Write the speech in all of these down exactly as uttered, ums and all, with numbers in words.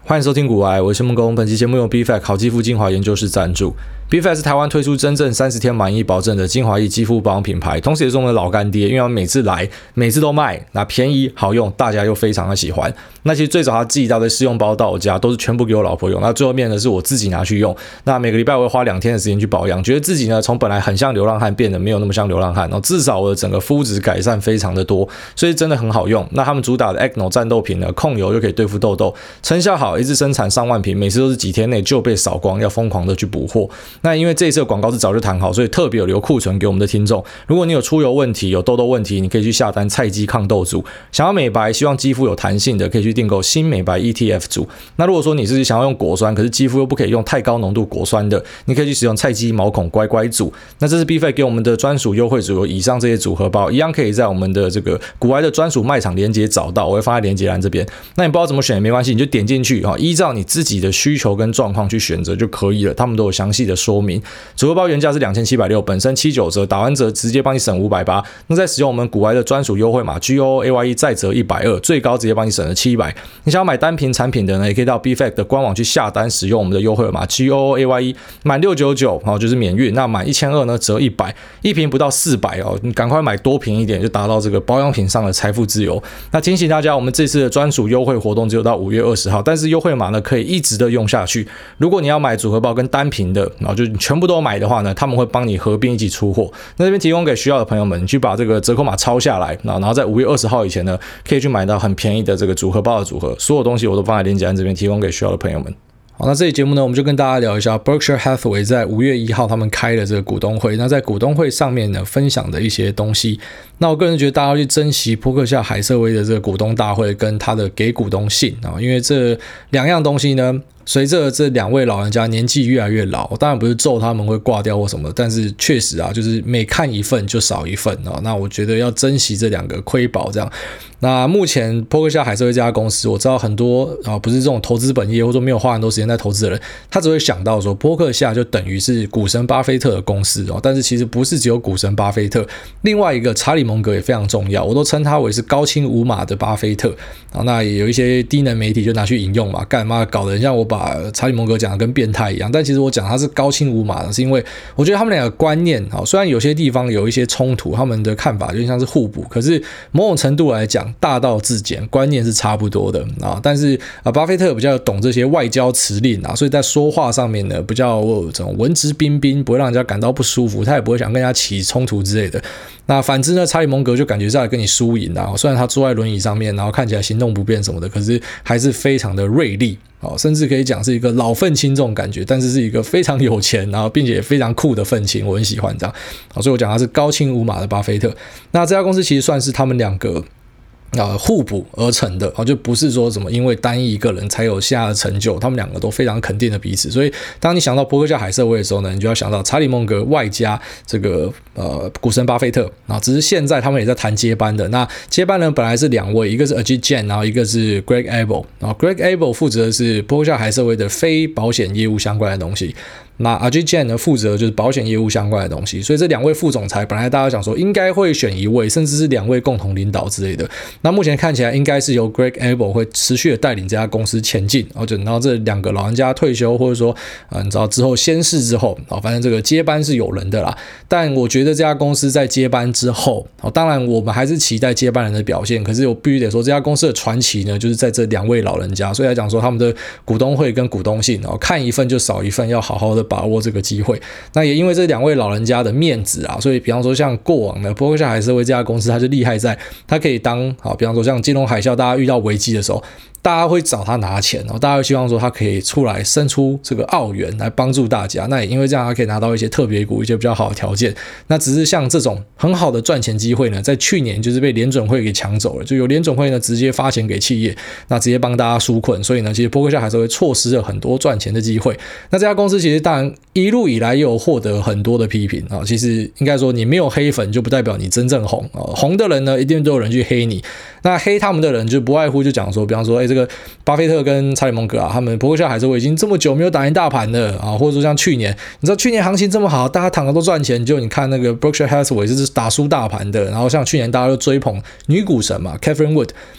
欢迎收听股癌，我是孟工。本期节目由 B F A C 好肌肤精华研究室赞助。B F A C 是台湾推出真正三十天满意保证的精华液肌肤保养品牌，同时也是我们的老干爹，因为他们每次来，每次都卖，那便宜好用，大家又非常的喜欢。那其实最早他寄一大堆试用包到我家，都是全部给我老婆用。那最后面呢是我自己拿去用。那每个礼拜我会花两天的时间去保养，觉得自己呢从本来很像流浪汉变得没有那么像流浪汉，然后至少我的整个肤质改善非常的多，所以真的很好用。那他们主打的 Acno 战斗瓶呢，控油就可以对付痘痘，成效好，一次生产上万瓶，每次都是几天内就被扫光，要疯狂的去补货。那因为这一次的广告是早就谈好，所以特别有留库存给我们的听众。如果你有出油问题、有痘痘问题，你可以去下单菜鸡抗痘组。想要美白，希望肌肤有弹性的，可以去订购新美白 E T F 组。那如果说你是想要用果酸，可是肌肤又不可以用太高浓度果酸的，你可以去使用菜鸡毛孔乖乖组。那这是 B F A C 给我们的专属优惠组，有以上这些组合包，一样可以在我们的这个股癌的专属卖场连结找到，我会放在连结栏这边。那你不知道怎么选也没关系，你就点进去，依照你自己的需求跟状况去选择就可以了，他们都有详细的说明。组合包原价是两千七百六十，本身七九折，打完折直接帮你省五百八十。那再使用我们股癌的专属优惠码 G O O A Y E 再折一百二十，最高直接帮你省了七百。你想要买单瓶产品的呢，也可以到 B F A C 的官网去下单，使用我们的优惠码 G O O A Y E， 满六百九十九就是免运，那满一千二百呢折一百，一瓶不到四百哦，你赶快买多瓶一点，就达到这个保养品上的财富自由。那提醒大家，我们这次的专属优惠活动只有到五月二十号，但是优惠码呢可以一直的用下去。如果你要买组合包跟单瓶的，然后就全部都买的话呢，他们会帮你合并一起出货。那这边提供给需要的朋友们，你去把这个折扣码抄下来，然后在五月二十号以前呢，可以去买到很便宜的这个组合包的组合。所有东西我都放在链接栏这边，提供给需要的朋友们。好，那这期节目呢，我们就跟大家聊一下 Berkshire Hathaway 在五月一号他们开了这个股东会。那在股东会上面呢，分享的一些东西。那我个人觉得大家要去珍惜波克夏海瑟薇的这个股东大会跟他的给股东信啊，因为这两样东西呢，随着这两位老人家年纪越来越老，当然不是咒他们会挂掉或什么，但是确实啊，就是每看一份就少一份啊。那我觉得要珍惜这两个瑰宝这样。那目前波克夏海瑟薇这家公司，我知道很多啊，不是这种投资本业或者说没有花很多时间在投资的人，他只会想到说波克夏就等于是股神巴菲特的公司哦，但是其实不是只有股神巴菲特，另外一个查理蒙格也非常重要，我都称他为是高清无码的巴菲特啊。那也有一些低能媒体就拿去引用嘛，干嘛搞得很像我把查理蒙格讲的跟变态一样，但其实我讲他是高清无码的，是因为我觉得他们两个观念啊，虽然有些地方有一些冲突，他们的看法就像是互补，可是某种程度来讲，大道至简，观念是差不多的啊。但是啊，巴菲特比较懂这些外交辞令啊，所以在说话上面呢，比较这种文质彬彬，不会让人家感到不舒服，他也不会想跟人家起冲突之类的。那反之呢，查理蒙格就感觉是来跟你输赢啊，虽然他坐在轮椅上面，然后看起来行动不便什么的，可是还是非常的锐利。哦，甚至可以讲是一个老愤青这种感觉，但是是一个非常有钱，然后并且也非常酷的愤青，我很喜欢这样。好，所以我讲他是高清无码的巴菲特。那这家公司其实算是他们两个呃，互补而成的，就不是说什么因为单一一个人才有现在的成就，他们两个都非常肯定的彼此。所以当你想到波克夏海瑟薇的时候呢，你就要想到查理蒙格外加这个呃股神巴菲特啊，只是现在他们也在谈接班的。那接班人本来是两位，一个是 Ajit Jain， 然后一个是 Greg Abel， 然后 Greg Abel 负责的是波克夏海瑟薇的非保险业务相关的东西。那 Ajit Jain 呢负责就是保险业务相关的东西，所以这两位副总裁本来大家想说应该会选一位，甚至是两位共同领导之类的。那目前看起来应该是由 Greg Abel 会持续的带领这家公司前进，然后等到这两个老人家退休，或者说呃你知道之后仙逝之后，反正这个接班是有人的啦。但我觉得这家公司在接班之后，当然我们还是期待接班人的表现，可是我必须得说这家公司的传奇呢，就是在这两位老人家，所以来讲说他们的股东会跟股东信，看一份就少一份，要好好的把握这个机会。那也因为这两位老人家的面子啊，所以比方说像过往的波克夏海瑟薇这家公司，它就厉害在它可以当好，比方说像金融海啸大家遇到危机的时候，大家会找他拿钱，然后大家会希望说他可以出来伸出这个澳元来帮助大家。那也因为这样，他可以拿到一些特别股，一些比较好的条件。那只是像这种很好的赚钱机会呢，在去年就是被联准会给抢走了，就有联准会呢直接发钱给企业，那直接帮大家纾困。所以呢，其实波克夏海瑟薇错失了很多赚钱的机会。那这家公司其实当然一路以来也有获得很多的批评啊。其实应该说，你没有黑粉就不代表你真正红啊。红的人呢，一定都有人去黑你。那黑他们的人就不外乎就讲说，比方说，哎，这个巴菲特跟查理蒙格啊，他们波克夏海瑟薇已经这么久没有打赢大盘了啊，或者说像去年，你知道去年行情这么好，大家躺着都赚钱，就你看那个 Berkshire Hathaway 是打输大盘的，然后像去年大家都追捧女股神嘛 Catherine Wood，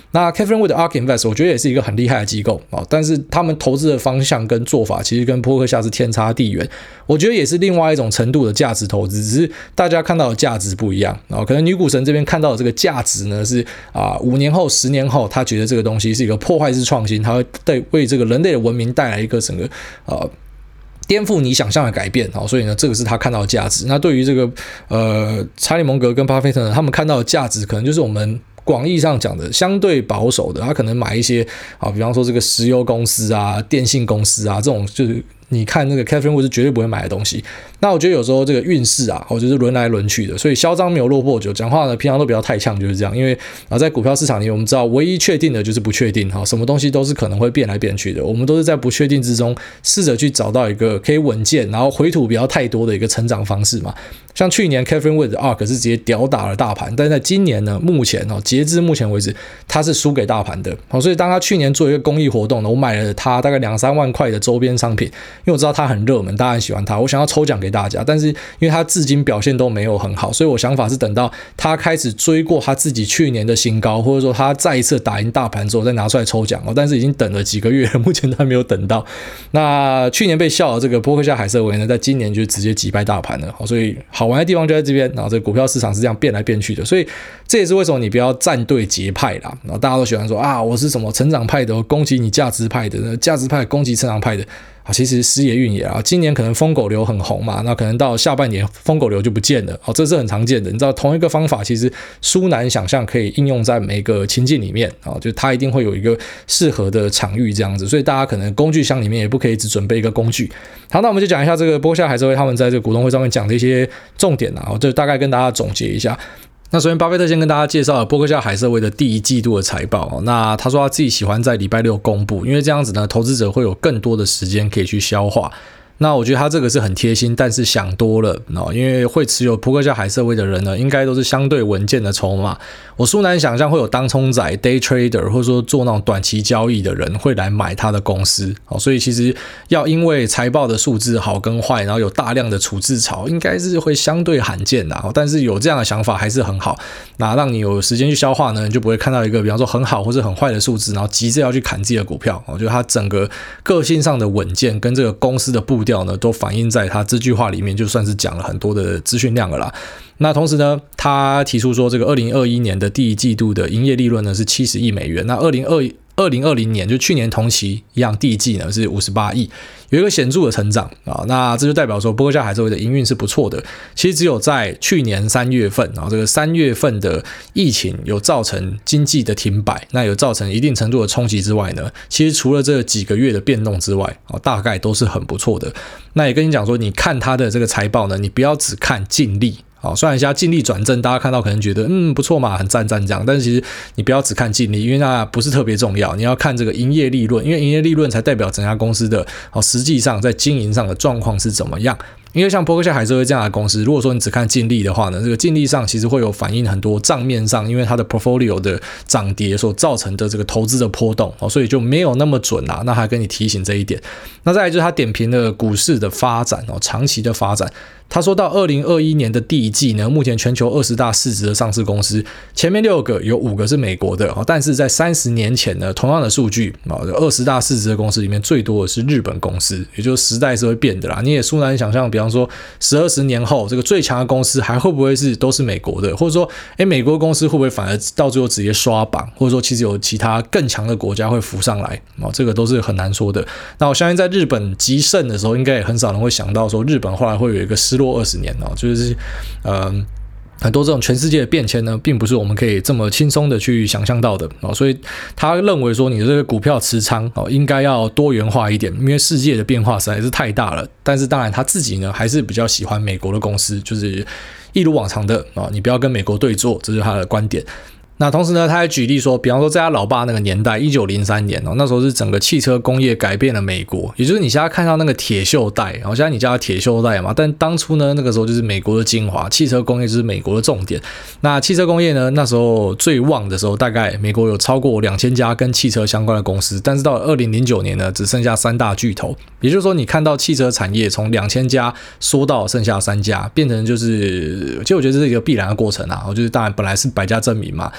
那 Catherine Wood 的 A R K Invest 我觉得也是一个很厉害的机构啊，但是他们投资的方向跟做法其实跟波克夏是天差地远，我觉得也是另外一种程度的价值投资，只是大家看到的价值不一样啊。可能女股神这边看到的这个价值呢是啊，五年后、十年后，他觉得这个东西是一个破坏式创新，它会对为这个人类的文明带来一个整个呃。颠覆你想象的改变，所以呢，这个是他看到的价值。那对于这个呃查理蒙格跟巴菲特呢，他们看到的价值，可能就是我们广义上讲的相对保守的，他可能买一些啊，比方说这个石油公司啊、电信公司啊这种，就是你看那个 Catherine Wood 是绝对不会买的东西。那我觉得有时候这个运势啊，我就是轮来轮去的，所以嚣张没有落魄久，讲话呢平常都不要太呛，就是这样。因为啊，在股票市场里，我们知道唯一确定的就是不确定哈，什么东西都是可能会变来变去的，我们都是在不确定之中试着去找到一个可以稳健，然后回吐不要太多的一个成长方式嘛。像去年 Catherine Wood 的 A R K 是直接屌打了大盘，但是在今年呢，目前哦，截至目前为止，它是输给大盘的。好，所以当他去年做一个公益活动呢，我买了他大概两三万块的周边商品，因为我知道他很热门，大家很喜欢他，我想要抽奖给大家，但是因为他至今表现都没有很好，所以我想法是等到他开始追过他自己去年的新高，或者说他再一次打赢大盘之后再拿出来抽奖哦。但是已经等了几个月了，目前都还没有等到。那去年被笑的这个波克夏海瑟薇呢，在今年就直接击败大盘了，所以好玩的地方就在这边。然后这个股票市场是这样变来变去的，所以这也是为什么你不要站对节派啦。然后大家都喜欢说啊，我是什么成长派的，攻击你价值派的，价值派攻击成长派的。其实时也运也啊，今年可能疯狗流很红嘛，那可能到下半年疯狗流就不见了，这是很常见的。你知道同一个方法其实殊难想象可以应用在每个情境里面，就它一定会有一个适合的场域这样子，所以大家可能工具箱里面也不可以只准备一个工具。好，那我们就讲一下这个波克夏海瑟薇他们在这个股东会上面讲的一些重点啊，就大概跟大家总结一下。那首先，巴菲特先跟大家介绍了波克夏海瑟薇的第一季度的财报。那他说他自己喜欢在礼拜六公布，因为这样子呢，投资者会有更多的时间可以去消化。那我觉得他这个是很贴心，但是想多了，因为会持有波克夏海瑟薇的人呢，应该都是相对稳健的筹码。我殊难想象会有当冲仔 day trader 或者说做那种短期交易的人会来买他的公司，所以其实要因为财报的数字好跟坏，然后有大量的处置潮，应该是会相对罕见的。但是有这样的想法还是很好，那让你有时间去消化呢，你就不会看到一个比方说很好或者很坏的数字，然后急着要去砍自己的股票。我觉得他整个个性上的稳健跟这个公司的步调呢，都反映在他这句话里面，就算是讲了很多的资讯量了啦。那同时呢，他提出说，这个二零二一年的第一季度的营业利润呢是七十亿美元，那二零二零年就去年同期一样，第一季呢是五十八亿，有一个显著的成长啊。那这就代表说，波克夏海瑟薇的营运是不错的。其实只有在去年三月份啊，这个三月份的疫情有造成经济的停摆，那有造成一定程度的冲击之外呢，其实除了这几个月的变动之外啊，大概都是很不错的。那也跟你讲说，你看他的这个财报呢，你不要只看净利。好，虽然一下净利转正，大家看到可能觉得嗯不错嘛，很赞赞这样，但是其实你不要只看净利，因为那不是特别重要，你要看这个营业利润，因为营业利润才代表整家公司的好实际上在经营上的状况是怎么样。因为像波克夏海瑟薇这样的公司，如果说你只看净利的话呢，这个净利上其实会有反映很多账面上，因为它的 portfolio 的涨跌所造成的这个投资的波动，所以就没有那么准啦。那还跟你提醒这一点。那再来就是他点评了股市的发展，长期的发展。他说到二零二一年的第一季呢，目前全球二十大市值的上市公司，前面六个有五个是美国的，但是在三十年前呢，同样的数据，二十大市值的公司里面最多的是日本公司，也就是时代是会变的啦。你也殊难想象，比方说十二十年后，这个最强的公司还会不会是都是美国的，或者说，诶，美国公司会不会反而到最后直接刷榜，或者说其实有其他更强的国家会浮上来，这个都是很难说的。那我相信在日本极盛的时候，应该也很少人会想到说日本后来会有一个失落二十年哦，就是呃很多这种全世界的变迁呢，并不是我们可以这么轻松的去想象到的哦，所以他认为说你的这个股票持仓哦，应该要多元化一点，因为世界的变化实在是太大了。但是当然他自己呢，还是比较喜欢美国的公司，就是一如往常的啊，你不要跟美国对坐，这是他的观点。那同时呢，他还举例说，比方说在他老爸那个年代，一九零三年哦，那时候是整个汽车工业改变了美国，也就是你现在看到那个铁锈带，然后现在你叫它铁锈带嘛，但当初呢，那个时候就是美国的精华，汽车工业就是美国的重点。那汽车工业呢，那时候最旺的时候，大概美国有超过两千家跟汽车相关的公司，但是到了二零零九年呢，只剩下三大巨头，也就是说，你看到汽车产业从两千家缩到剩下三家，变成就是，其实我觉得这是一个必然的过程啊，就是当然本来是百家争鸣嘛。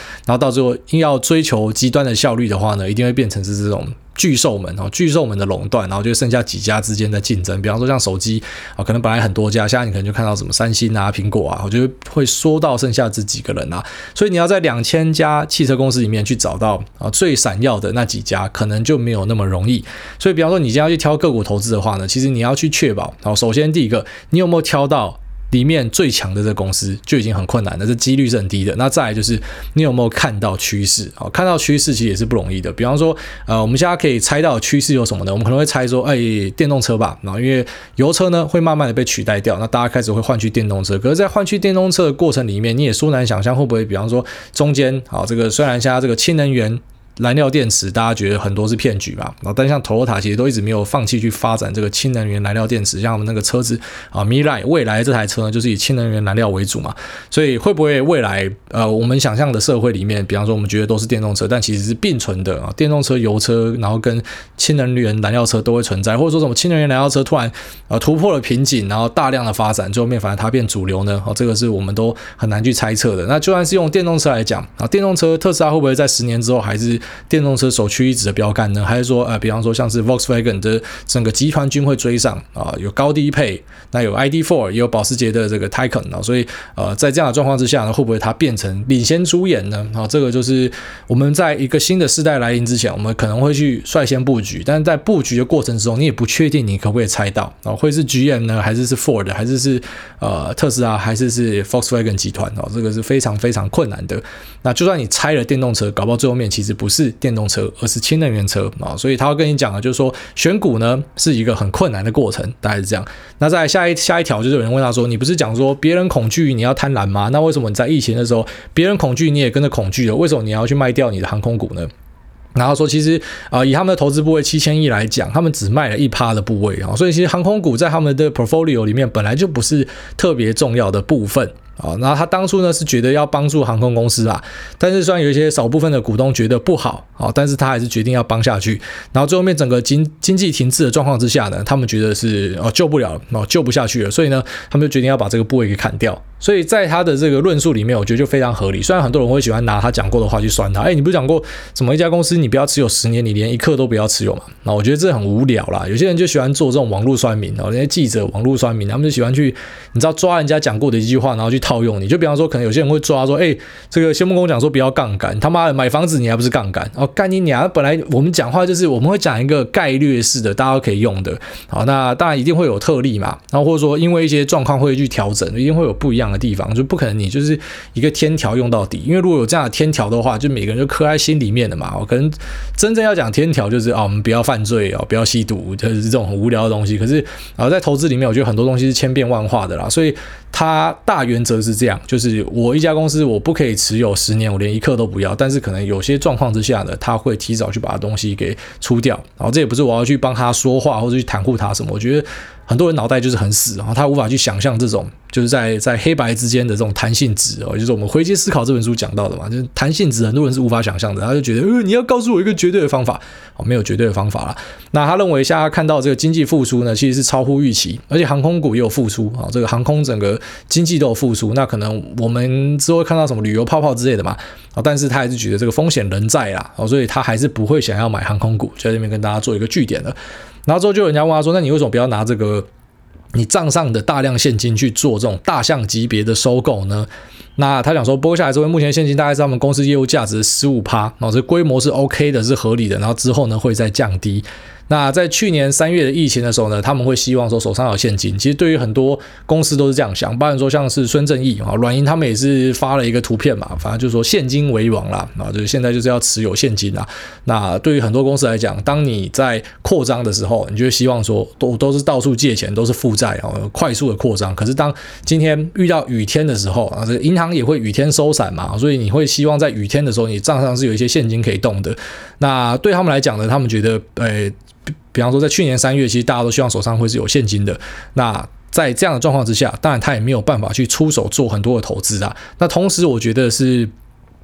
然后到最后硬要追求极端的效率的话呢，一定会变成是这种巨兽们哦，巨兽们的垄断，然后就剩下几家之间的竞争。比方说像手机啊，可能本来很多家，现在你可能就看到什么三星啊、苹果啊，我觉得会缩到剩下这几个人啊。所以你要在两千家汽车公司里面去找到啊最闪耀的那几家，可能就没有那么容易。所以比方说你今天要去挑个股投资的话呢，其实你要去确保，好，首先第一个，你有没有挑到里面最强的这个公司就已经很困难了，这几率是很低的。那再来就是你有没有看到趋势？好，看到趋势其实也是不容易的。比方说，呃，我们现在可以猜到的趋势有什么呢？我们可能会猜说，哎，电动车吧。然后因为油车呢会慢慢的被取代掉，那大家开始会换去电动车。可是，在换去电动车的过程里面，你也说难想象会不会，比方说中间，好，这个虽然现在这个氢能源燃料电池大家觉得很多是骗局嘛，然后但像 Toyota 其实都一直没有放弃去发展这个氢能源燃料电池，像我们那个车子啊 Mirai 未来这台车呢就是以氢能源燃料为主嘛，所以会不会未来呃我们想象的社会里面，比方说我们觉得都是电动车，但其实是并存的啊，电动车、油车，然后跟氢能源燃料车都会存在，或者说什么氢能源燃料车突然呃突破了瓶颈，然后大量的发展，最后面反而它变主流呢？哦，这个是我们都很难去猜测的。那就算是用电动车来讲啊，电动车特斯拉会不会在十年之后还是电动车首屈一指的标杆呢？还是说，呃，比方说像是 Volkswagen 的整个集团军会追上啊？有高低配，那有 I D 四， 也有保时捷的这个 Taycan 啊，所以呃，在这样的状况之下呢，会不会它变成领先主演呢？啊，这个就是我们在一个新的世代来临之前，我们可能会去率先布局，但是在布局的过程中，你也不确定你可不可以猜到啊，会是 G M 呢，还是是 Ford， 还是是呃特斯拉，还是是 Volkswagen 集团啊？这个是非常非常困难的。那就算你猜了电动车，搞不好最后面其实不是电动车，而是氢能源车啊，所以他会跟你讲的，就是说选股呢是一个很困难的过程，大概是这样。那在下一下一条，就是有人问他说，你不是讲说别人恐惧你要贪婪吗？那为什么你在疫情的时候，别人恐惧你也跟着恐惧了？为什么你要去卖掉你的航空股呢？然后说，其实呃，以他们的投资部位七千亿来讲，他们只卖了一趴的部位啊，所以其实航空股在他们的 portfolio 里面本来就不是特别重要的部分。啊，那他当初呢是觉得要帮助航空公司啊，但是虽然有一些少部分的股东觉得不好啊，但是他还是决定要帮下去。然后最后面整个经经济停滞的状况之下呢，他们觉得是哦救不了了，哦救不下去了，所以呢，他们就决定要把这个部位给砍掉。所以在他的这个论述里面，我觉得就非常合理。虽然很多人会喜欢拿他讲过的话去酸他，哎，你不是讲过什么一家公司你不要持有十年，你连一刻都不要持有嘛？那我觉得这很无聊啦。有些人就喜欢做这种网络酸民哦，那些记者网络酸民，他们就喜欢去你知道抓人家讲过的一句话，然后去套用你。就比方说，可能有些人会抓说，哎，这个先不跟我讲说不要杠杆，他妈的买房子你还不是杠杆？哦，干你娘！本来我们讲话就是我们会讲一个概略式的，大家都可以用的。好，那当然一定会有特例嘛，然后或者说因为一些状况会去调整，一定会有不一样的地方，就不可能你就是一个天条用到底。因为如果有这样的天条的话，就每个人就刻在心里面的嘛。我可能真正要讲天条就是啊，我们不要犯罪哦，不要吸毒，就是这种很无聊的东西。可是啊，在投资里面，我觉得很多东西是千变万化的啦，所以它大原则是这样，就是我一家公司我不可以持有十年，我连一刻都不要。但是可能有些状况之下呢，他会提早去把东西给出掉。然后这也不是我要去帮他说话或者去袒护他什么，我觉得很多人脑袋就是很死，然后他无法去想象这种就是在在黑白之间的这种弹性值哦，就是我们回街思考这本书讲到的嘛，就是弹性值很多人是无法想象的，他就觉得呃你要告诉我一个绝对的方法哦，没有绝对的方法啦。那他认为现在看到这个经济复苏呢，其实是超乎预期，而且航空股也有复苏啊，这个航空整个经济都有复苏，那可能我们之后会看到什么旅游泡泡之类的嘛，但是他还是觉得这个风险仍在啦，所以他还是不会想要买航空股，就在这边跟大家做一个据点了。然后之后就有人家问他说，那你为什么不要拿这个你账上的大量现金去做这种大项级别的收购呢？那他讲说，拨下来之后，目前现金大概是他们公司业务价值的 百分之十五， 然后这规模是 OK 的，是合理的，然后之后呢会再降低。那在去年三月的疫情的时候呢，他们会希望说手上有现金。其实对于很多公司都是这样想，包含说像是孙正义啊、软银他们也是发了一个图片嘛，反正就是说现金为王啦，啊，就是现在就是要持有现金啦。那对于很多公司来讲，当你在扩张的时候，你就会希望说都都是到处借钱，都是负债啊，快速的扩张。可是当今天遇到雨天的时候啊，这个银行也会雨天收伞嘛，所以你会希望在雨天的时候，你账上是有一些现金可以动的。那对他们来讲呢，他们觉得呃。比方说在去年三月，其实大家都希望手上会是有现金的。那在这样的状况之下，当然他也没有办法去出手做很多的投资啊。那同时我觉得是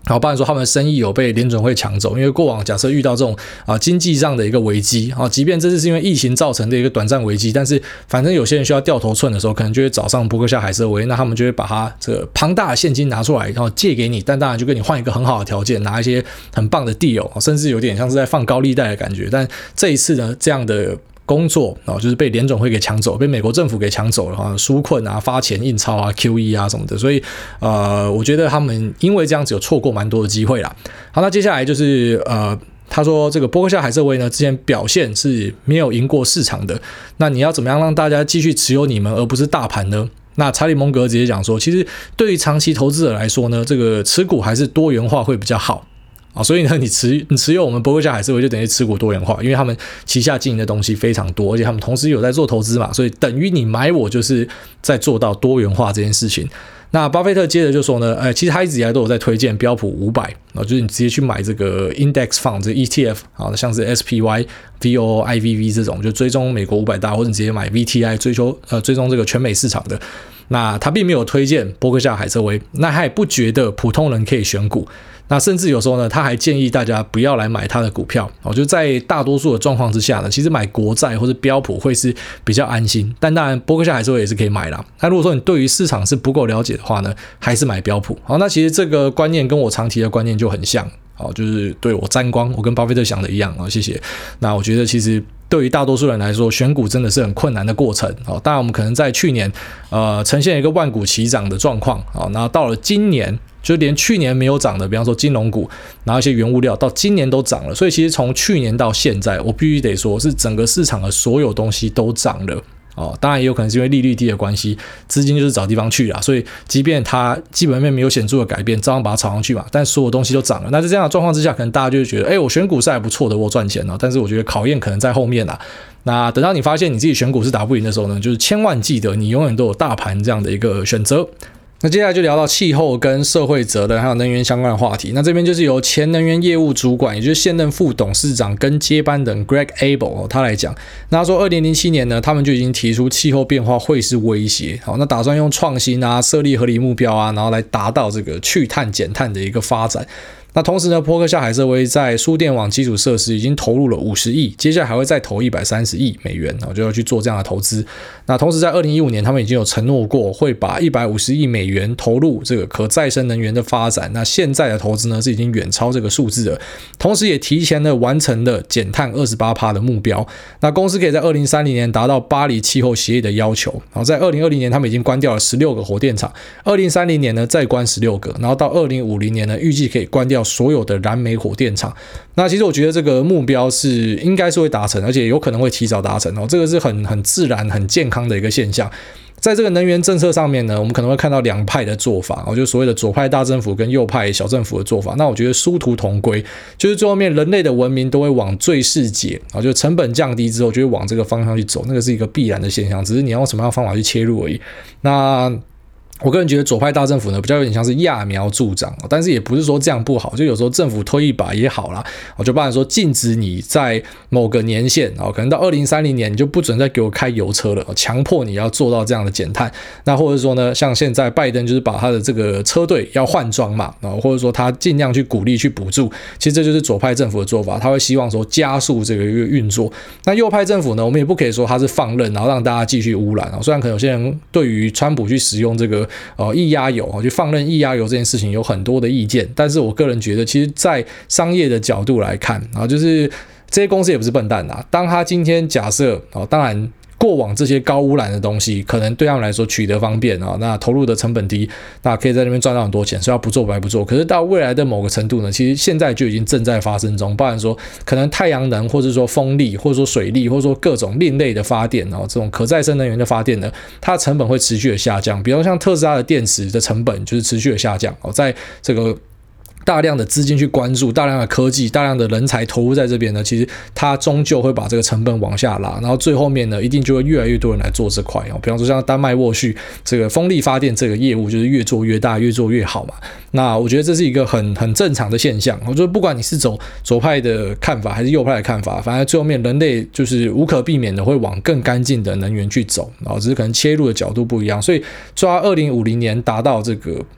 然后，包含说他们的生意有被联准会抢走，因为过往假设遇到这种啊经济上的一个危机啊，即便这次是因为疫情造成的一个短暂危机，但是反正有些人需要掉头寸的时候，可能就会找上伯克夏海瑟威，那他们就会把他这个庞大的现金拿出来，然后借给你，但当然就跟你换一个很好的条件，拿一些很棒的 deal， 甚至有点像是在放高利贷的感觉。但这一次呢，这样的工作啊，就是被联准会给抢走，被美国政府给抢走了哈，纾困啊、发钱印钞啊、Q E 啊什么的，所以呃，我觉得他们因为这样子有错过蛮多的机会啦。好，那接下来就是呃。他说这个伯克夏海瑟威呢之前表现是没有赢过市场的，那你要怎么样让大家继续持有你们而不是大盘呢？那查理蒙格直接讲说，其实对于长期投资者来说呢，这个持股还是多元化会比较好啊，所以呢，你持你持有我们伯克夏海瑟威就等于持股多元化，因为他们旗下经营的东西非常多，而且他们同时有在做投资嘛，所以等于你买我就是在做到多元化这件事情。那巴菲特接着就说呢，呃，其实他一直以来都有在推荐标普五百，就是你直接去买这个 index fund 这个 E T F 啊，像是 S P Y、V O I V V 这种，就追踪美国五百大，或者你直接买 V T I 追求呃追踪这个全美市场的。那他并没有推荐伯克夏海瑟威，那他也不觉得普通人可以选股。那甚至有时候呢，他还建议大家不要来买他的股票。哦，就在大多数的状况之下呢，其实买国债或者标普会是比较安心。但当然，伯克夏海瑟威也是可以买啦。那如果说你对于市场是不够了解的话呢，还是买标普。好，那其实这个观念跟我常提的观念就很像。好，就是对我沾光，我跟巴菲特想的一样啊，谢谢。那我觉得其实对于大多数人来说，选股真的是很困难的过程。好，当然我们可能在去年呃呈现一个万股齐涨的状况。好，那到了今年，就连去年没有涨的，比方说金融股，然后一些原物料，到今年都涨了。所以其实从去年到现在，我必须得说是整个市场的所有东西都涨了。哦，当然也有可能是因为利率低的关系，资金就是找地方去啦，所以即便它基本面没有显著的改变，照样把它炒上去嘛，但所有东西都涨了。那在这样的状况之下，可能大家就会觉得，哎，我选股是还不错的，我赚钱了。但是我觉得考验可能在后面啦。那等到你发现你自己选股是打不赢的时候呢，就是千万记得你永远都有大盘这样的一个选择。那接下来就聊到气候跟社会责任还有能源相关的话题。那这边就是由前能源业务主管，也就是现任副董事长跟接班人 Greg Abel、哦、他来讲。那他说二零零七年呢，他们就已经提出气候变化会是威胁，好，那打算用创新啊、设立合理目标啊，然后来达到这个去碳减碳的一个发展。那同时呢，伯克夏海瑟威在输电网基础设施已经投入了五十亿，接下来还会再投一百三十亿美元，就要去做这样的投资。那同时在二零一五年，他们已经有承诺过会把一百五十亿美元投入这个可再生能源的发展。那现在的投资呢，是已经远超这个数字了，同时也提前了完成了减碳 百分之二十八 的目标。那公司可以在二零三零年达到巴黎气候协议的要求。然后在二零二零年，他们已经关掉了十六个火电厂，二零三零年呢再关十六个，然后到二零五零年呢，预计可以关掉所有的燃煤火电厂。那其实我觉得这个目标是应该是会达成，而且有可能会提早达成哦，这个是很很自然、很健康的一个现象。在这个能源政策上面呢，我们可能会看到两派的做法，就所谓的左派大政府跟右派小政府的做法。那我觉得殊途同归，就是最后面人类的文明都会往最适解，就成本降低之后，就会往这个方向去走，那个是一个必然的现象，只是你要用什么样的方法去切入而已。那我个人觉得左派大政府呢，比较有点像是揠苗助长，但是也不是说这样不好，就有时候政府推一把也好啦。我就包含说禁止你在某个年限，可能到二零三零年你就不准再给我开油车了，强迫你要做到这样的减碳。那或者说呢，像现在拜登就是把他的这个车队要换装嘛，或者说他尽量去鼓励去补助，其实这就是左派政府的做法，他会希望说加速这个运作。那右派政府呢，我们也不可以说他是放任，然后让大家继续污染。虽然可能有些人对于川普去使用这个呃，液压油就放任液压油这件事情有很多的意见，但是我个人觉得，其实，在商业的角度来看啊，就是这些公司也不是笨蛋啦。当他今天假设啊，当然。过往这些高污染的东西，可能对他们来说取得方便啊，那投入的成本低，那可以在那边赚到很多钱，所以他不做白不做。可是到未来的某个程度呢，其实现在就已经正在发生中，包含说可能太阳能，或者说风力，或者说水力，或者说各种另类的发电，然后这种可再生能源的发电呢，它的成本会持续的下降。比如像特斯拉的电池的成本就是持续的下降哦，在这个。大量的资金去关注，大量的科技，大量的人才投入在这边呢，其实它终究会把这个成本往下拉，然后最后面呢，一定就会越来越多人来做这块哦。比方说像丹麦沃旭这个风力发电这个业务，就是越做越大，越做越好嘛。那我觉得这是一个很很正常的现象。我觉得不管你是走左派的看法还是右派的看法，反正最后面人类就是无可避免的会往更干净的能源去走，然后只是可能切入的角度不一样。所以抓二零五零年达到这个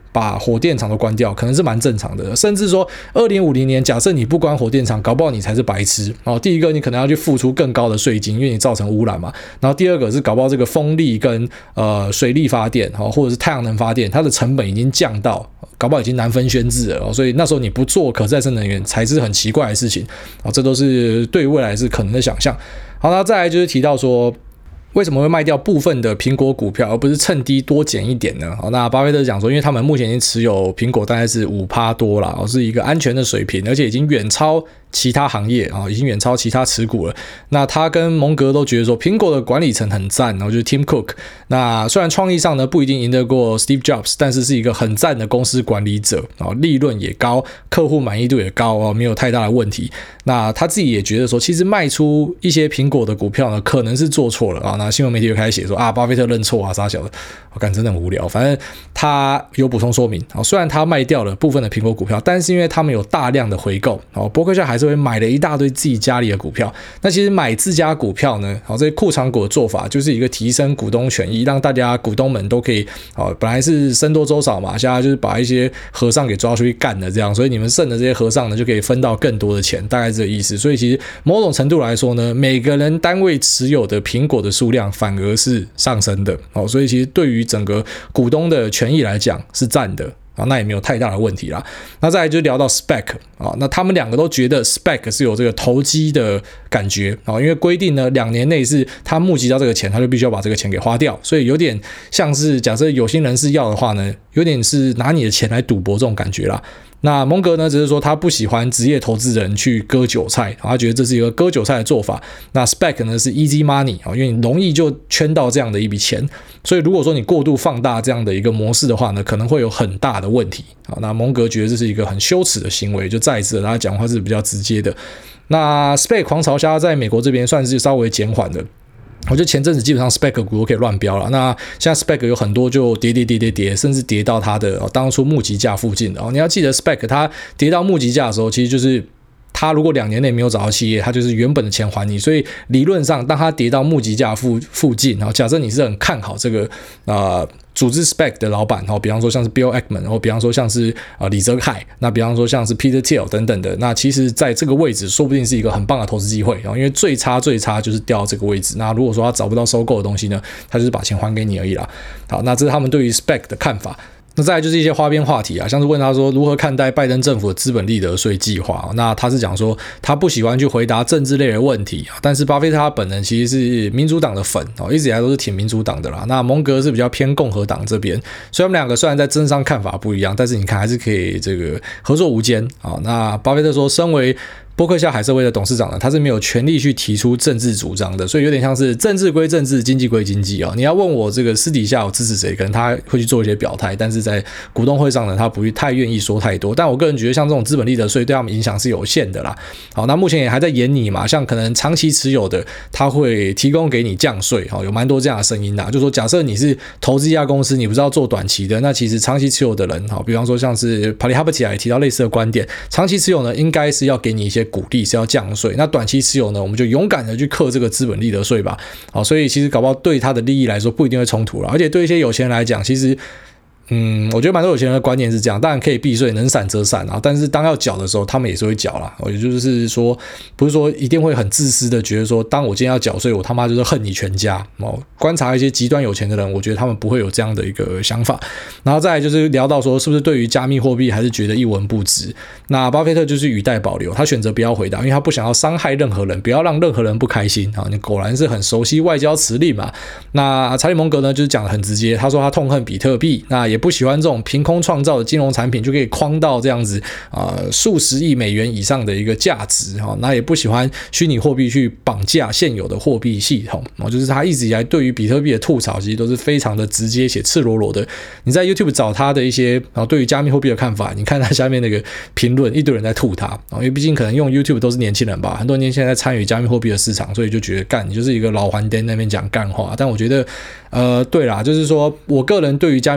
把火电厂都关掉，可能是蛮正常的。甚至说二零五零年假设你不关火电厂，搞不好你才是白痴。哦，第一个你可能要去付出更高的税金，因为你造成污染嘛。然后第二个是搞不好这个风力跟呃水力发电，哦，或者是太阳能发电，它的成本已经降到搞不好已经难分轩轾了。哦，所以那时候你不做可再生能源才是很奇怪的事情。哦，这都是对未来是可能的想象。好，那再来就是提到说，为什么会卖掉部分的苹果股票，而不是趁低多减一点呢？好，那巴菲特讲说，因为他们目前已经持有苹果大概是 百分之五 多了，是一个安全的水平，而且已经远超其他行业啊，已经远超其他持股了。那他跟蒙格都觉得说，苹果的管理层很赞，然后就是 Tim Cook。那虽然创意上呢不一定赢得过 Steve Jobs， 但是是一个很赞的公司管理者啊，利润也高，客户满意度也高哦，没有太大的问题。那他自己也觉得说，其实卖出一些苹果的股票呢，可能是做错了啊。那新闻媒体就开始写说啊，巴菲特认错啊，啥小的，我感真的很无聊。反正他有补充说明啊，虽然他卖掉了部分的苹果股票，但是因为他们有大量的回购，哦，伯克夏还是会买了一大堆自己家里的股票。那其实买自家股票呢，好，这些库藏股的做法就是一个提升股东权益，让大家股东们都可以，哦，本来是僧多粥少嘛，现在就是把一些和尚给抓出去干了这样，所以你们剩的这些和尚呢，就可以分到更多的钱，大概这个意思。所以其实某种程度来说呢，每个人单位持有的苹果的数量反而是上升的，哦，所以其实对于整个股东的权益来讲是占的。啊，那也没有太大的问题啦。那再来就聊到 S P A C 啊，那他们两个都觉得 S P A C 是有这个投机的感觉啊，因为规定呢，两年内是他募集到这个钱，他就必须要把这个钱给花掉，所以有点像是假设有心人士要的话呢，有点是拿你的钱来赌博这种感觉啦。那蒙格呢，只是说他不喜欢职业投资人去割韭菜，他觉得这是一个割韭菜的做法。那 S P A C 呢是 easy money， 因为你容易就圈到这样的一笔钱，所以如果说你过度放大这样的一个模式的话呢，可能会有很大的问题。那蒙格觉得这是一个很羞耻的行为，就再一次他讲话是比较直接的。那 S P A C 狂潮虾在美国这边算是稍微减缓的。我觉得前阵子基本上 S P A C 股都可以乱飙了，那现在 S P A C 有很多就跌跌跌跌跌，甚至跌到它的、哦、当初募集价附近的、哦、你要记得 S P A C 它跌到募集价的时候，其实就是他如果两年内没有找到企业，他就是原本的钱还你。所以理论上，当他跌到募集价附附近，然后假设你是很看好这个呃组织 S P A C 的老板，然后比方说像是 Bill Ackman， 然后比方说像是呃李泽楷，那比方说像是 Peter Thiel 等等的，那其实在这个位置说不定是一个很棒的投资机会，然后因为最差最差就是掉到这个位置。那如果说他找不到收购的东西呢，他就是把钱还给你而已啦。好，那这是他们对于 S P A C 的看法。那再来就是一些花边话题啊，像是问他说如何看待拜登政府的资本利得税计划。那他是讲说他不喜欢去回答政治类的问题，但是巴菲特他本人其实是民主党的粉，一直以来都是挺民主党的啦。那蒙格是比较偏共和党这边，所以他们两个虽然在政治上看法不一样，但是你看还是可以这个合作无间。那巴菲特说，身为伯克夏海瑟威的董事长呢，他是没有权利去提出政治主张的，所以有点像是政治归政治，经济归经济啊。你要问我这个私底下我支持谁，可能他会去做一些表态，但是在股东会上呢，他不太愿意说太多。但我个人觉得，像这种资本利得税对他们影响是有限的啦。好，那目前也还在研拟嘛，像可能长期持有的，他会提供给你降税，有蛮多这样的声音啦。就说假设你是投资一家公司，你不是要做短期的，那其实长期持有的人，好，比方说像是 Palihapitiya 也提到类似的观点，长期持有呢，应该是要给你一些鼓励，是要降税。那短期持有呢，我们就勇敢的去课这个资本利得税吧。好，所以其实搞不好对他的利益来说不一定会冲突了，而且对一些有钱人来讲，其实嗯，我觉得蛮多有钱人的观念是这样，当然可以避税，能闪则闪啊。但是当要缴的时候，他们也是会缴啦。也就是说，不是说一定会很自私的觉得说，当我今天要缴税，我他妈就是恨你全家。哦，观察一些极端有钱的人，我觉得他们不会有这样的一个想法。然后再来就是聊到说，是不是对于加密货币还是觉得一文不值？那巴菲特就是语带保留，他选择不要回答，因为他不想要伤害任何人，不要让任何人不开心啊。你果然是很熟悉外交辞令嘛。那查理蒙格呢，就是讲得很直接，他说他痛恨比特币，那也不喜欢这种凭空创造的金融产品就可以框到这样子呃数十亿美元以上的一个价值哈，那也不喜欢虚拟货币去绑架现有的货币系统，就是他一直以来对于比特币的吐槽其实都是非常的直接且赤裸裸的。你在 YouTube 找他的一些对于加密货币的看法，你看他下面那个评论，一堆人在吐他，因为毕竟可能用 YouTube 都是年轻人吧，很多年轻人在参与加密货币的市场，所以就觉得干你就是一个老还灯那边讲干话。但我觉得呃对啦，就是说我个人对于加密货币不会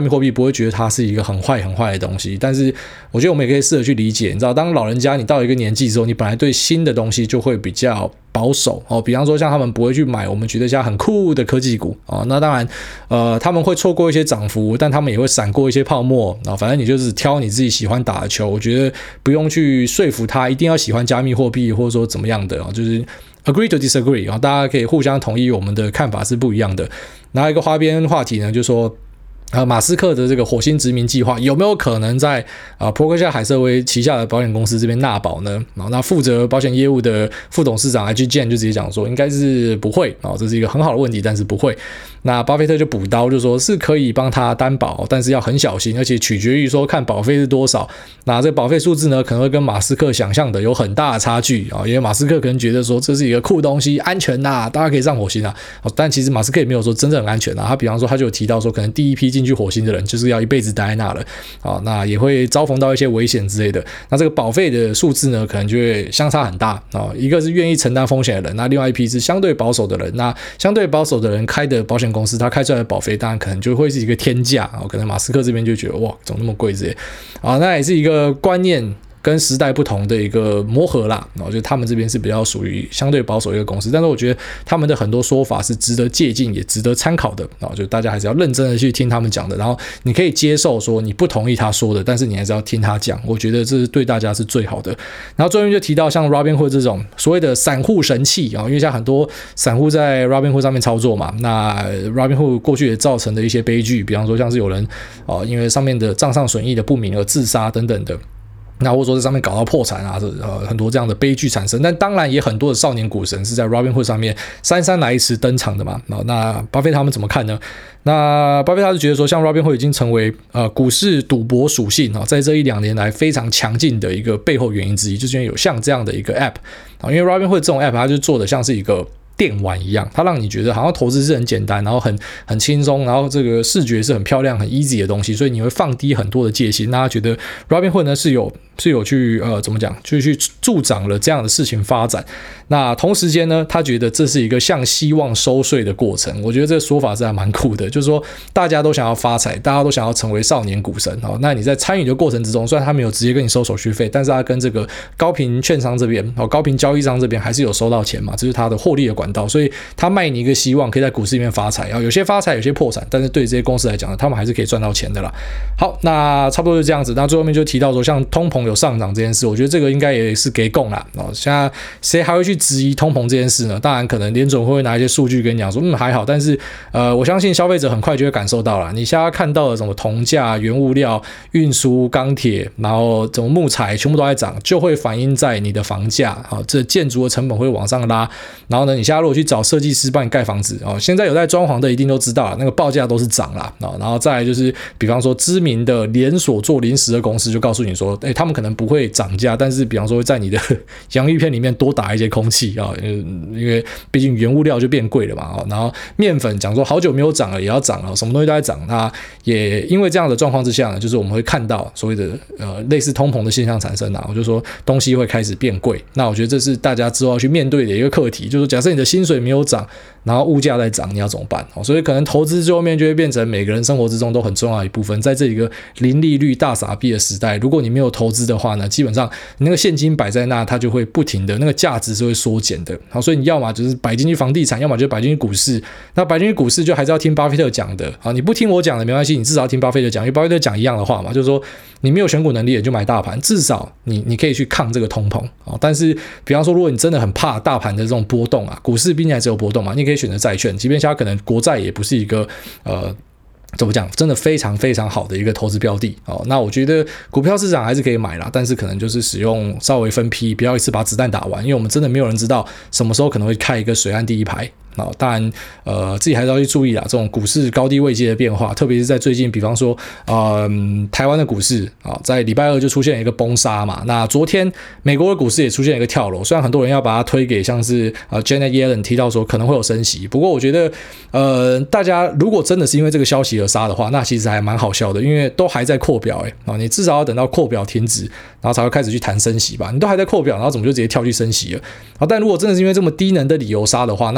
会觉得它是一个很坏很坏的东西。但是我觉得我们也可以试着去理解，你知道，当老人家你到一个年纪之后，你本来对新的东西就会比较保守哦，比方说像他们不会去买我们觉得像很酷的科技股哦，那当然呃他们会错过一些涨幅，但他们也会闪过一些泡沫啊、哦，反正你就是挑你自己喜欢打的球，我觉得不用去说服他一定要喜欢加密货币或者说怎么样的哦，就是 agree to disagree 啊、哦，大家可以互相同意我们的看法是不一样的。然后一个花边话题呢，就说呃，马斯克的这个火星殖民计划有没有可能在啊波克夏海瑟威旗下的保险公司这边纳保呢？啊，那负责保险业务的副董事长 I G Jen 就直接讲说，应该是不会啊，这是一个很好的问题，但是不会。那巴菲特就补刀，就说是可以帮他担保，但是要很小心，而且取决于说看保费是多少。那这个保费数字呢，可能会跟马斯克想象的有很大的差距啊，因为马斯克可能觉得说这是一个酷东西，安全呐、啊，大家可以上火星啊。但其实马斯克也没有说真正很安全啊。他比方说他就有提到说，可能第一批进去火星的人就是要一辈子待在那了啊，那也会遭逢到一些危险之类的。那这个保费的数字呢，可能就会相差很大啊。一个是愿意承担风险的人，那另外一批是相对保守的人。那相对保守的人开的保险公司，他开出来的保费当然可能就会是一个天价啊，可能马斯克这边就觉得哇，怎么那么贵这些啊？那也是一个观念跟时代不同的一个磨合啦，我觉得他们这边是比较属于相对保守一个公司，但是我觉得他们的很多说法是值得借鉴也值得参考的，就大家还是要认真的去听他们讲的，然后你可以接受说你不同意他说的，但是你还是要听他讲，我觉得这是对大家是最好的。然后最后就提到像 Robinhood 这种所谓的散户神器，因为像很多散户在 Robinhood 上面操作嘛，那 Robinhood 过去也造成的一些悲剧，比方说像是有人因为上面的账上损益的不明而自杀等等的，那或者说在上面搞到破产啊，呃，很多这样的悲剧产生。但当然也很多的少年股神是在 Robinhood 上面姗姗来迟登场的嘛。那巴菲特他们怎么看呢？那巴菲特是觉得说，像 Robinhood 已经成为呃股市赌博属性啊，在这一两年来非常强劲的一个背后原因之一，就是因为有像这样的一个 App 啊，因为 Robinhood 这种 App 它就做的像是一个电玩一样，它让你觉得好像投资是很简单，然后很很轻松，然后这个视觉是很漂亮、很 easy 的东西，所以你会放低很多的戒心。那他觉得 Robinhood 呢是有是有去呃怎么讲，就去助长了这样的事情发展。那同时间呢，他觉得这是一个向希望收税的过程。我觉得这个说法是还蛮酷的，就是说大家都想要发财，大家都想要成为少年股神哦。那你在参与的过程之中，虽然他没有直接跟你收手续费，但是他跟这个高频券商这边哦、高频交易商这边还是有收到钱嘛，这是他的获利的管道，所以他卖你一个希望，可以在股市里面发财啊。有些发财，有些破产，但是对这些公司来讲呢，他们还是可以赚到钱的啦。好，那差不多就这样子。那最后面就提到说，像通膨有上涨这件事，我觉得这个应该也是给供啦。哦，现在谁还会去质疑通膨这件事呢？当然，可能联准会拿一些数据跟你讲说，嗯，还好。但是，呃，我相信消费者很快就会感受到了。你现在看到的什么铜价、原物料、运输、钢铁，然后怎么木材，全部都在涨，就会反映在你的房价啊，这建筑的成本会往上拉。然后呢，你现在如果去找设计师帮你盖房子哦，现在有在装潢的一定都知道了，那个报价都是涨啦。哦，然后再来就是，比方说知名的连锁做零食的公司就告诉你说，哎，他们可能不会涨价，但是比方说会在你的洋芋片里面多打一些空气啊，因为毕竟原物料就变贵了嘛。然后面粉讲说好久没有涨了，也要涨了，什么东西都在涨。那也因为这样的状况之下呢，就是我们会看到所谓的呃类似通膨的现象产生啊。我就说东西会开始变贵，那我觉得这是大家之后要去面对的一个课题，就是假设你的薪水没有涨，然后物价在涨，你要怎么办？所以可能投资最后面就会变成每个人生活之中都很重要的一部分。在这一个零利率大撒币的时代，如果你没有投资的话呢，基本上你那个现金摆在那，它就会不停的那个价值是会缩减的。好，所以你要么就是摆进去房地产，要么就摆进去股市。那摆进去股市就还是要听巴菲特讲的。好，你不听我讲的没关系，你至少要听巴菲特讲，因为巴菲特讲一样的话嘛，就是说你没有选股能力也就买大盘，至少你你可以去抗这个通膨。但是比方说如果你真的很怕大盘的这种波动啊，股市毕竟还是有波动嘛，你可以选择债券，即便现在可能国债也不是一个呃怎么讲，真的非常非常好的一个投资标的哦。那我觉得股票市场还是可以买啦，但是可能就是使用稍微分批，不要一次把子弹打完，因为我们真的没有人知道什么时候可能会开一个水岸第一排。哦，当然，呃，自己还是要去注意啦，这种股市高低位阶的变化，特别是在最近，比方说，呃，台湾的股市啊，在礼拜二就出现了一个崩杀嘛。那昨天美国的股市也出现了一个跳楼，虽然很多人要把它推给像是呃 Janet Yellen 提到说可能会有升息，不过我觉得，呃，大家如果真的是因为这个消息而杀的话，那其实还蛮好笑的，因为都还在扩表哎，啊，你至少要等到扩表停止，然后才会开始去谈升息吧。你都还在扩表，然后怎么就直接跳去升息了？啊，但如果真的是因为这么低能的理由杀的话，那今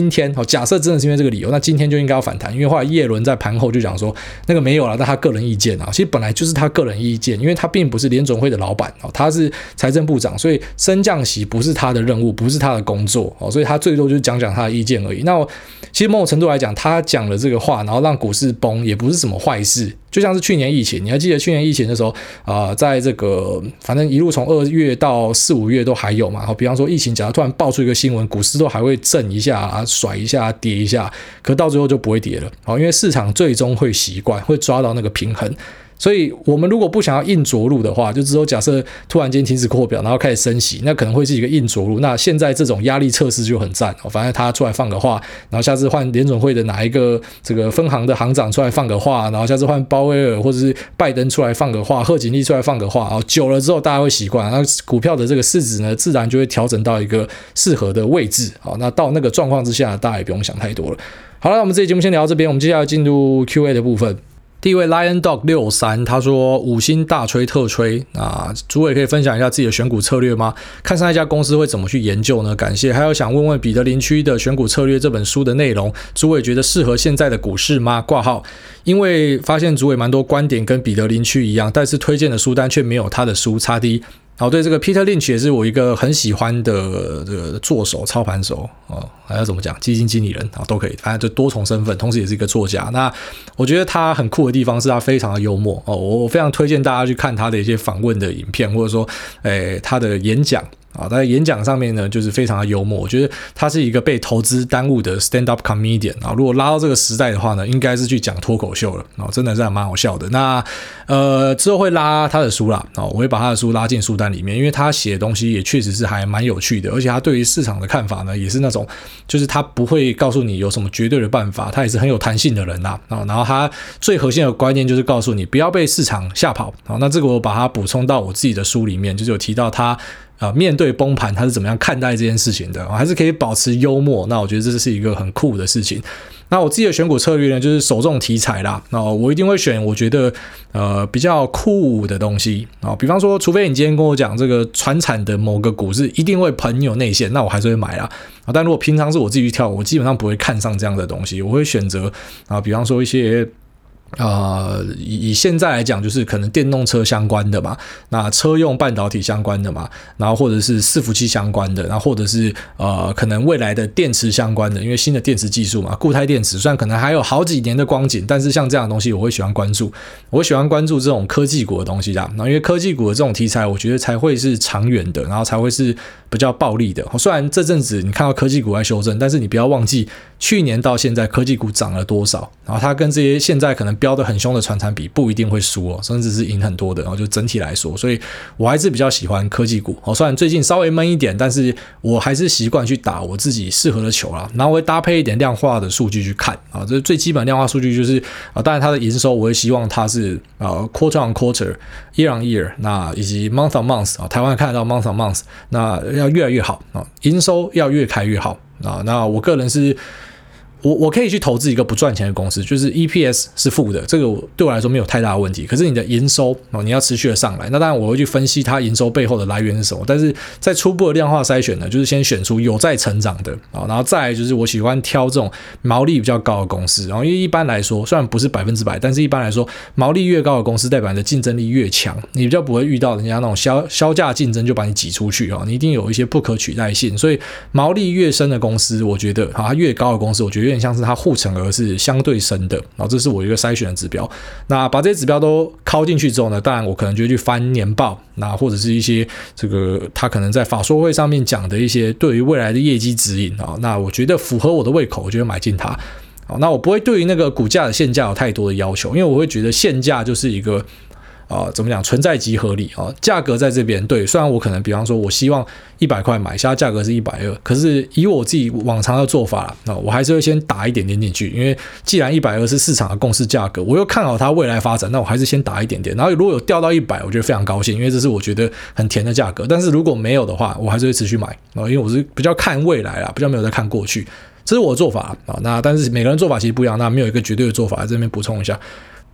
天哦，假设真的是因为这个理由，那今天就应该要反弹，因为后来叶伦在盘后就讲说那个没有了，那他个人意见啊，其实本来就是他个人意见，因为他并不是联准会的老板哦，他是财政部长，所以升降息不是他的任务，不是他的工作哦，所以他最多就是讲讲他的意见而已。那其实某种程度来讲，他讲了这个话，然后让股市崩，也不是什么坏事。就像是去年疫情，你还记得去年疫情的时候啊、呃，在这个反正一路从二月到四五月都还有嘛。比方说疫情，假如突然爆出一个新闻，股市都还会震一下、啊、甩一下、跌一下，可到最后就不会跌了，因为市场最终会习惯，会抓到那个平衡。所以我们如果不想要硬着陆的话，就只有假设突然间停止扩表，然后开始升息，那可能会是一个硬着陆。那现在这种压力测试就很赞，反正他出来放个话，然后下次换联准会的哪一个这个分行的行长出来放个话，然后下次换鲍威尔或者是拜登出来放个话，贺锦丽出来放个话，然后久了之后大家会习惯，那股票的这个市值呢，自然就会调整到一个适合的位置。好，那到那个状况之下，大家也不用想太多了。好了，那我们这期节目先聊到这边，我们接下来进入 Q A 的部分。第一位 Lion Dog 六三，他说五星大吹特吹，那主委可以分享一下自己的选股策略吗？看上一家公司会怎么去研究呢？感谢。还有想问问彼得林区的选股策略这本书的内容，主委觉得适合现在的股市吗？挂号，因为发现主委蛮多观点跟彼得林区一样，但是推荐的书单却没有他的书，差低。好，对，这个 Peter Lynch 也是我一个很喜欢的这个作手、操盘手哦，还要怎么讲，基金经理人啊都可以，反正就多重身份，同时也是一个作家。那我觉得他很酷的地方是他非常的幽默哦，我非常推荐大家去看他的一些访问的影片，或者说，诶他的演讲。啊，在演讲上面呢，就是非常的幽默。我觉得他是一个被投资耽误的 stand-up comedian 啊。如果拉到这个时代的话呢，应该是去讲脱口秀了啊，真的是还蛮好笑的。那呃之后会拉他的书啦，啊，我会把他的书拉进书单里面，因为他写的东西也确实是还蛮有趣的，而且他对于市场的看法呢，也是那种就是他不会告诉你有什么绝对的办法，他也是很有弹性的人啦。啊，然后他最核心的观念就是告诉你不要被市场吓跑。啊，那这个我把它补充到我自己的书里面，就是有提到他。啊，面对崩盘他是怎么样看待这件事情的，还是可以保持幽默，那我觉得这是一个很酷的事情。那我自己的选股策略呢，就是首重题材啦，那我一定会选我觉得呃比较酷的东西啊，比方说除非你今天跟我讲这个传产的某个股是一定会喷有内线，那我还是会买啦。但如果平常是我自己去挑，我基本上不会看上这样的东西，我会选择啊，比方说一些呃，以现在来讲，就是可能电动车相关的嘛，那车用半导体相关的嘛，然后或者是伺服器相关的，然后或者是呃，可能未来的电池相关的，因为新的电池技术嘛，固态电池虽然可能还有好几年的光景，但是像这样的东西我会喜欢关注，我会喜欢关注这种科技股的东西啦。然后因为科技股的这种题材，我觉得才会是长远的，然后才会是比较暴利的。虽然这阵子你看到科技股在修正，但是你不要忘记去年到现在科技股涨了多少，然后它跟这些现在可能标得很凶的传产比不一定会输哦，甚至是赢很多的。然后就整体来说，所以我还是比较喜欢科技股。虽然最近稍微闷一点，但是我还是习惯去打我自己适合的球啦。然后我会搭配一点量化的数据去看啊，这最基本量化数据就是啊，当然它的营收我会希望它是啊 quarter on quarter、year on year， 那以及 month on month 啊，台湾看得到 month on month， 那要越来越好啊，营收要越开越好啊。那我个人是。我我可以去投资一个不赚钱的公司，就是 E P S 是负的，这个对我来说没有太大的问题。可是你的营收哦，你要持续的上来，那当然我会去分析它营收背后的来源是什么。但是在初步的量化筛选呢，就是先选出有在成长的啊，然后再来就是我喜欢挑这种毛利比较高的公司。然后因为一般来说，虽然不是百分之百，但是一般来说毛利越高的公司，代表你的竞争力越强，你比较不会遇到人家那种销销价竞争就把你挤出去啊，你一定有一些不可取代性。所以毛利越深的公司，我觉得啊，它越高的公司，我觉得有点像是它护城河是相对深的，然后这是我一个筛选的指标。那把这些指标都敲进去之后呢，当然我可能就会去翻年报，那或者是一些这个他可能在法说会上面讲的一些对于未来的业绩指引啊，那我觉得符合我的胃口，我就会买进它。好，那我不会对于那个股价的现价有太多的要求，因为我会觉得现价就是一个。啊、呃，怎么讲？存在即合理啊，价格在这边对。虽然我可能，比方说，我希望一百块买，现在价格是一百二，可是以我自己往常的做法啦，我还是会先打一点点进去，因为既然一百二是市场的共识价格，我又看好它未来发展，那我还是先打一点点。然后如果有掉到一百，我觉得非常高兴，因为这是我觉得很甜的价格。但是如果没有的话，我还是会持续买啊，因为我是比较看未来啦，比较没有在看过去。这是我的做法啊。那但是每个人做法其实不一样，那没有一个绝对的做法，在这边补充一下。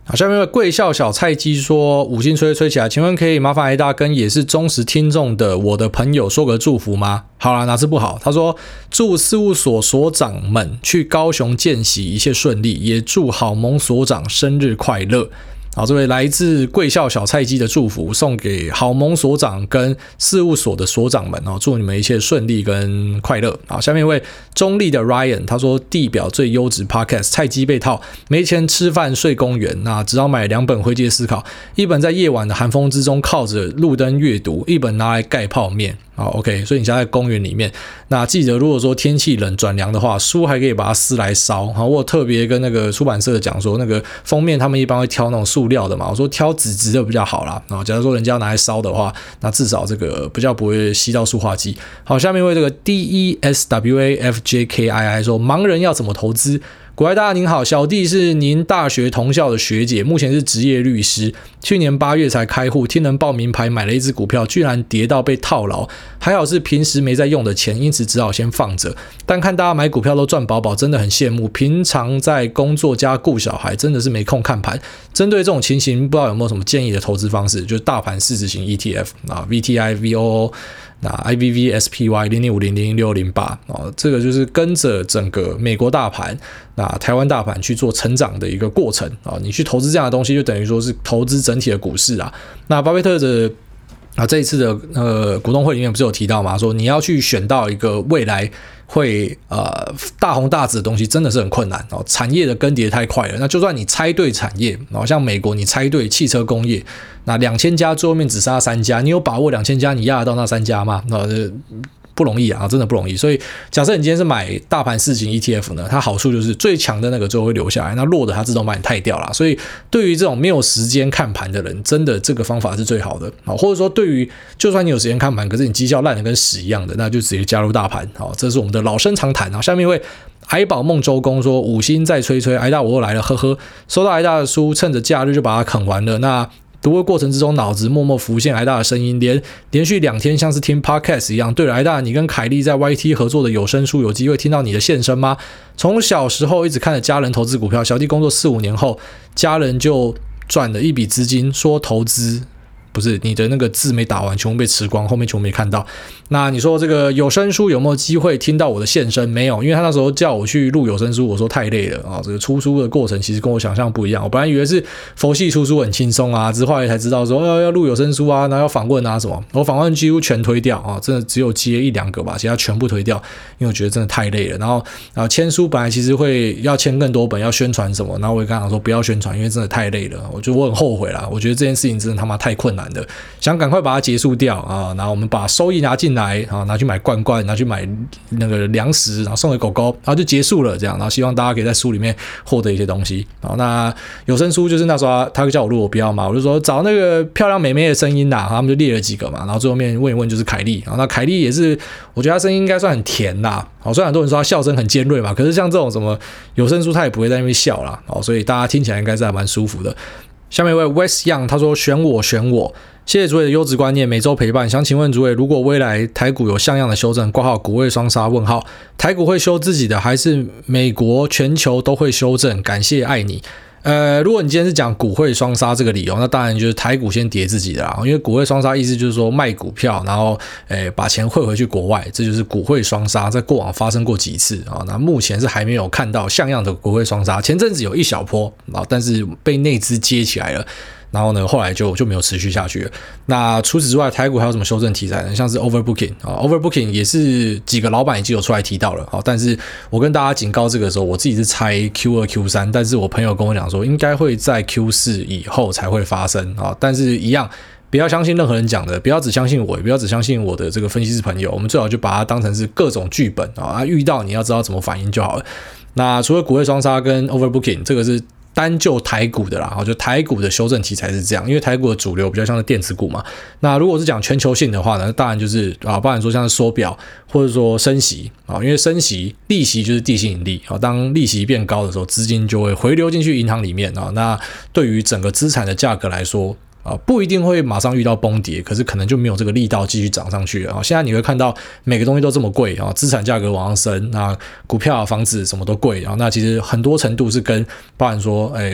好，下面一位贵校小菜鸡说五星吹吹起来，请问可以麻烦挨大跟也是忠实听众的我的朋友说个祝福吗？好啦，哪次不好？他说祝事务所所长们去高雄见习一切顺利，也祝好萌所长生日快乐。好，这位来自贵校小菜鸡的祝福送给好萌所长跟事务所的所长们，祝你们一切顺利跟快乐。好，下面一位中立的 Ryan， 他说地表最优质 Podcast 菜鸡被套，没钱吃饭睡公园，那只好买两本灰阶思考，一本在夜晚的寒风之中靠着路灯阅读，一本拿来盖泡面。好 ，OK， 所以你现在在公园里面，那记得如果说天气冷转凉的话，书还可以把它撕来烧。好，我特别跟那个出版社的讲说，那个封面他们一般会挑那种塑料的嘛，我说挑纸质的比较好啦。然后假如说人家要拿来烧的话，那至少这个比较不会吸到塑化剂。好，下面为这个 D E S W A F J K I I 说，盲人要怎么投资？古爱大您好，小弟是您大学同校的学姐，目前是职业律师，去年八月才开户，听人报名牌买了一只股票，居然跌到被套牢，还好是平时没在用的钱，因此只好先放着。但看大家买股票都赚饱饱，真的很羡慕。平常在工作加顾小孩，真的是没空看盘。针对这种情形，不知道有没有什么建议的投资方式？就是大盘市值型 E T F 啊 ，V T I V O O。那 I V V S P Y 零零五零零零六零八哦，这个就是跟着整个美国大盘、那台湾大盘去做成长的一个过程啊、哦。你去投资这样的东西，就等于说是投资整体的股市啊。那巴菲特的啊这一次的呃股东会里面不是有提到嘛，说你要去选到一个未来会呃大红大紫的东西，真的是很困难哦。产业的更迭太快了，那就算你猜对产业，哦，像美国你猜对汽车工业。那两千家最后面只剩下三家，你有把握两千家你压得到那三家吗？那不容易啊，真的不容易。所以假设你今天是买大盘市型 E T F 呢，它好处就是最强的那个最后会留下来，那弱的它自动把你汰掉了。所以对于这种没有时间看盘的人，真的这个方法是最好的。或者说对于就算你有时间看盘，可是你绩效烂的跟屎一样的，那就直接加入大盘。好，这是我们的老生常谈。下面一位矮宝梦周公说五星再吹吹，挨大我又来了，呵呵。收到挨大的书，趁着假日就把它啃完了。那读的过程之中，脑子默默浮现挨大的声音，连连续两天像是听 podcast 一样。对了，挨大，你跟凯莉在 Y T 合作的有声书，有机会听到你的现身吗？从小时候一直看着家人投资股票，小弟工作四五年后，家人就赚了一笔资金，说投资。不是你的那个字没打完，全部被吃光，后面全部没看到。那你说这个有声书有没有机会听到我的现身？没有，因为他那时候叫我去录有声书，我说太累了啊。这个出书的过程其实跟我想象不一样，我本来以为是佛系出书很轻松啊，之后后来才知道说要要录有声书啊，然后要访问啊什么，我访问几乎全推掉啊，真的只有接一两个吧，其他全部推掉，因为我觉得真的太累了。然后然后签书本来其实会要签更多本，要宣传什么，然后我也跟他讲说不要宣传，因为真的太累了。我觉得我很后悔啦，我觉得这件事情真的他妈太困难了。想赶快把它结束掉啊，然后我们把收益拿进来啊，拿去买罐罐，拿去买那个粮食，然后送给狗狗，然后就结束了这样。然后希望大家可以在书里面获得一些东西。好，那有声书就是那时候他他叫我录，我不要嘛，我就说找那个漂亮美眉的声音啦，他们就列了几个嘛，然后最后面问一问就是凯莉，然后那凯莉也是，我觉得她声音应该算很甜啦。好，虽然很多人说她笑声很尖锐嘛，可是像这种什么有声书她也不会在那边笑啦，好，所以大家听起来应该是还蛮舒服的。下面一位 West Young 他说选我选我，谢谢主委的优质观念，每周陪伴。想请问主委，如果未来台股有像样的修正，括号股汇双杀问号，台股会修自己的，还是美国全球都会修正？感谢爱你。呃，如果你今天是讲股汇双杀这个理由，那当然就是台股先跌自己的啦，因为股汇双杀意思就是说卖股票，然后诶把钱汇回去国外，这就是股汇双杀，在过往发生过几次啊？那目前是还没有看到像样的股汇双杀，前阵子有一小波啊，但是被内资接起来了。然后呢，后来就就没有持续下去了。那除此之外，台股还有什么修正题材呢？像是 overbooking 啊 ，overbooking 也是几个老板已经有出来提到了啊。但是我跟大家警告，这个时候我自己是猜 Q 二 Q 三，但是我朋友跟我讲说，应该会在 Q 四以后才会发生啊。但是一样，不要相信任何人讲的，不要只相信我，也不要只相信我的这个分析师朋友。我们最好就把它当成是各种剧本啊，遇到你要知道怎么反应就好了。那除了股汇双杀跟 overbooking， 这个是单就台股的啦，就台股的修正题材是这样，因为台股的主流比较像是电子股嘛。那如果是讲全球性的话呢，当然就是啊，包含说像是缩表或者说升息啊，因为升息利息就是地心引力啊，当利息变高的时候，资金就会回流进去银行里面啊。那对于整个资产的价格来说，啊，不一定会马上遇到崩跌，可是可能就没有这个力道继续涨上去了啊。现在你会看到每个东西都这么贵啊，资产价格往上升，那股票、房子什么都贵啊。那其实很多程度是跟包含说，诶。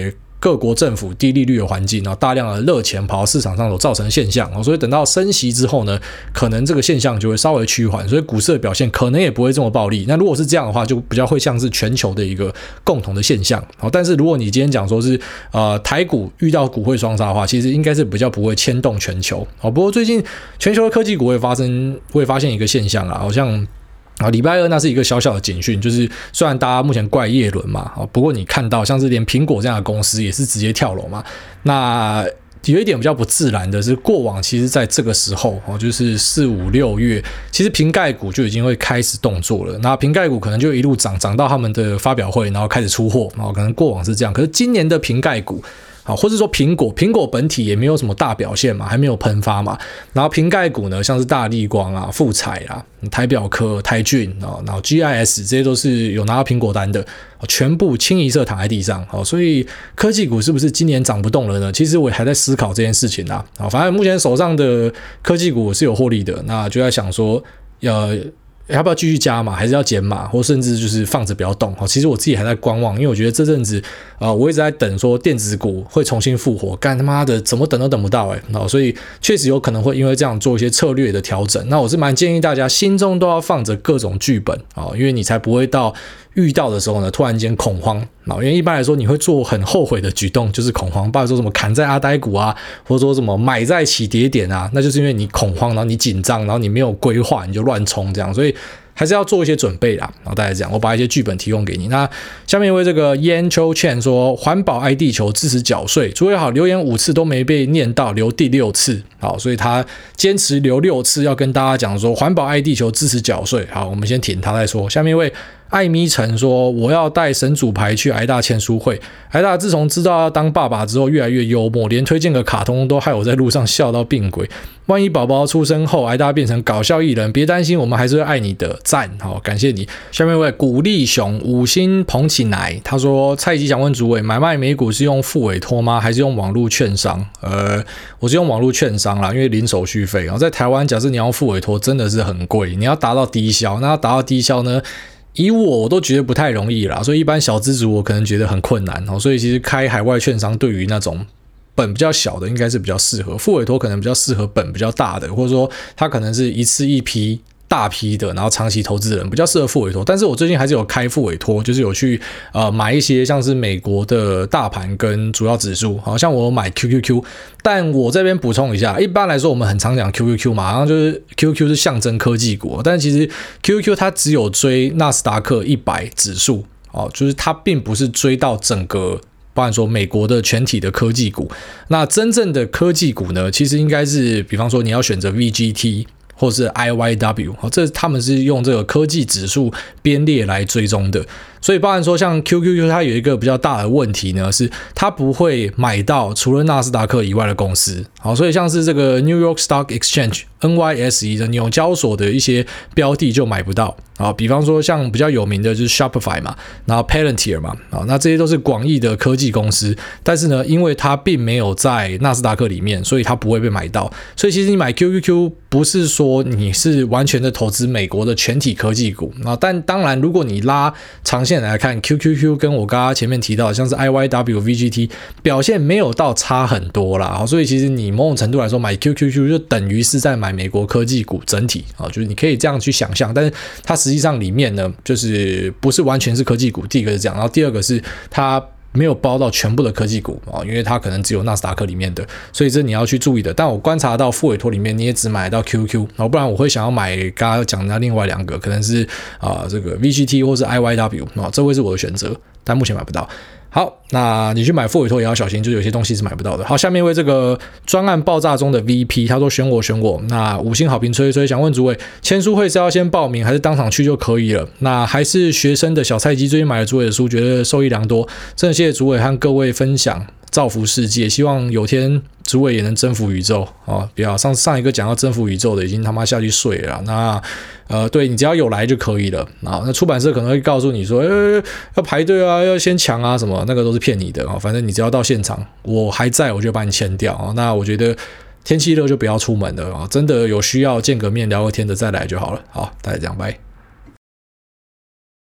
各国政府低利率的环境，然后大量的热钱跑到市场上所造成的现象，所以等到升息之后呢，可能这个现象就会稍微趋缓，所以股市的表现可能也不会这么暴力。那如果是这样的话，就比较会像是全球的一个共同的现象。但是如果你今天讲说是呃台股遇到股汇双杀的话，其实应该是比较不会牵动全球。不过最近全球的科技股会发生会发现一个现象啦，好像啊，礼拜二那是一个小小的警讯，就是虽然大家目前怪叶伦嘛，不过你看到像是连苹果这样的公司也是直接跳楼嘛。那有一点比较不自然的是，过往其实在这个时候，就是四五六月，其实瓶盖股就已经会开始动作了。那瓶盖股可能就一路涨涨到他们的发表会，然后开始出货，然后可能过往是这样。可是今年的瓶盖股，好，或者说苹果，苹果本体也没有什么大表现嘛，还没有喷发嘛。然后瓶盖股呢，像是大立光啊、富彩啊、台表科、台骏啊，然后 G I S 这些都是有拿到苹果单的，全部清一色躺在地上。好，所以科技股是不是今年涨不动了呢？其实我也还在思考这件事情啊。好，反正目前手上的科技股是有获利的，那就在想说，呃。要不要继续加码，还是要减码，或甚至就是放着不要动？其实我自己还在观望，因为我觉得这阵子，呃，我一直在等说电子股会重新复活，干他妈的怎么等都等不到哎、欸，所以确实有可能会因为这样做一些策略的调整。那我是蛮建议大家心中都要放着各种剧本啊，因为你才不会到遇到的时候呢，突然间恐慌。因为一般来说你会做很后悔的举动，就是恐慌，包括说什么砍在阿呆股啊，或者说什么买在起跌点啊，那就是因为你恐慌，然后你紧张，然后你没有规划，你就乱冲这样，所以还是要做一些准备啦。然后大家讲，我把一些剧本提供给你。那下面一位这个 Yan Chou Chen 说，环保爱地球支持缴税，诸位好，留言五次都没被念到，留第六次，好，所以他坚持留六次，要跟大家讲说环保爱地球支持缴税。好，我们先挺他再说。下面一位艾咪晨说，我要带神主牌去挨大签书会。挨大自从知道要当爸爸之后，越来越幽默，连推荐个卡通都害我在路上笑到病鬼。万一宝宝出生后，挨大变成搞笑艺人，别担心，我们还是会爱你的。赞，好，感谢你。下面一位古力雄五星捧起来，他说蔡基想问主委，买卖美股是用副委托吗？还是用网络券商？呃，我是用网络券商啦，因为零手续费。然后在台湾，假设你要副委托，真的是很贵，你要达到低消，那要达到低消呢？以我我都觉得不太容易啦，所以一般小资族我可能觉得很困难哦，所以其实开海外券商对于那种本比较小的应该是比较适合，副委托可能比较适合本比较大的，或者说它可能是一次一批大批的，然后长期投资人比较适合副委托。但是我最近还是有开副委托，就是有去呃买一些像是美国的大盘跟主要指数，好像我有买 Q Q Q。但我这边补充一下，一般来说我们很常讲 Q Q Q 嘛，好像就是 Q Q Q 是象征科技股，但其实 Q Q Q 它只有追纳斯达克一百指数，哦，就是它并不是追到整个。包含说美国的全体的科技股，那真正的科技股呢，其实应该是，比方说你要选择 V G T 或是 I Y W， 这他们是用这个科技指数编列来追踪的。所以包含说像 Q Q Q 它有一个比较大的问题呢，是它不会买到除了纳斯达克以外的公司。好，所以像是这个 New York Stock Exchange N Y S E 的纽交所的一些标的就买不到。啊，比方说像比较有名的就是 Shopify 嘛，然后 Palantir 嘛，啊，那这些都是广义的科技公司，但是呢，因为它并没有在纳斯达克里面，所以它不会被买到。所以其实你买 Q Q Q 不是说你是完全的投资美国的全体科技股啊，但当然如果你拉长线来看 ，Q Q Q 跟我刚刚前面提到的像是 I Y W、V G T 表现没有到差很多啦，所以其实你某种程度来说买 Q Q Q 就等于是在买美国科技股整体啊，就是你可以这样去想象，但是它实际上里面呢，就是不是完全是科技股，第一个是这样，然后第二个是它没有包到全部的科技股啊，因为它可能只有纳斯达克里面的，所以这你要去注意的。但我观察到副委托里面你也只买到 Q Q Q， 然后不然我会想要买刚刚讲的另外两个，可能是啊、呃、这个 V G T 或是 I Y W 啊，这会是我的选择，但目前买不到。好，那你去买副委托也要小心，就是有些东西是买不到的。好，下面一位这个专案爆炸中的 V P， 他说选我选我，那五星好评吹一吹，想问主委，签书会是要先报名还是当场去就可以了？那还是学生的小菜鸡，最近买了主委的书，觉得受益良多，真的谢谢主委和各位分享，造福世界，希望有天主委也能征服宇宙哦！不要上上一个讲到征服宇宙的，已经他妈下去睡了啦。那呃，对你只要有来就可以了啊。那出版社可能会告诉你说，呃，要排队啊，要先抢啊，什么那个都是骗你的啊。反正你只要到现场，我还在，我就把你签掉啊。那我觉得天气热就不要出门了啊，真的有需要见个面聊个天的再来就好了。好，大家这样拜。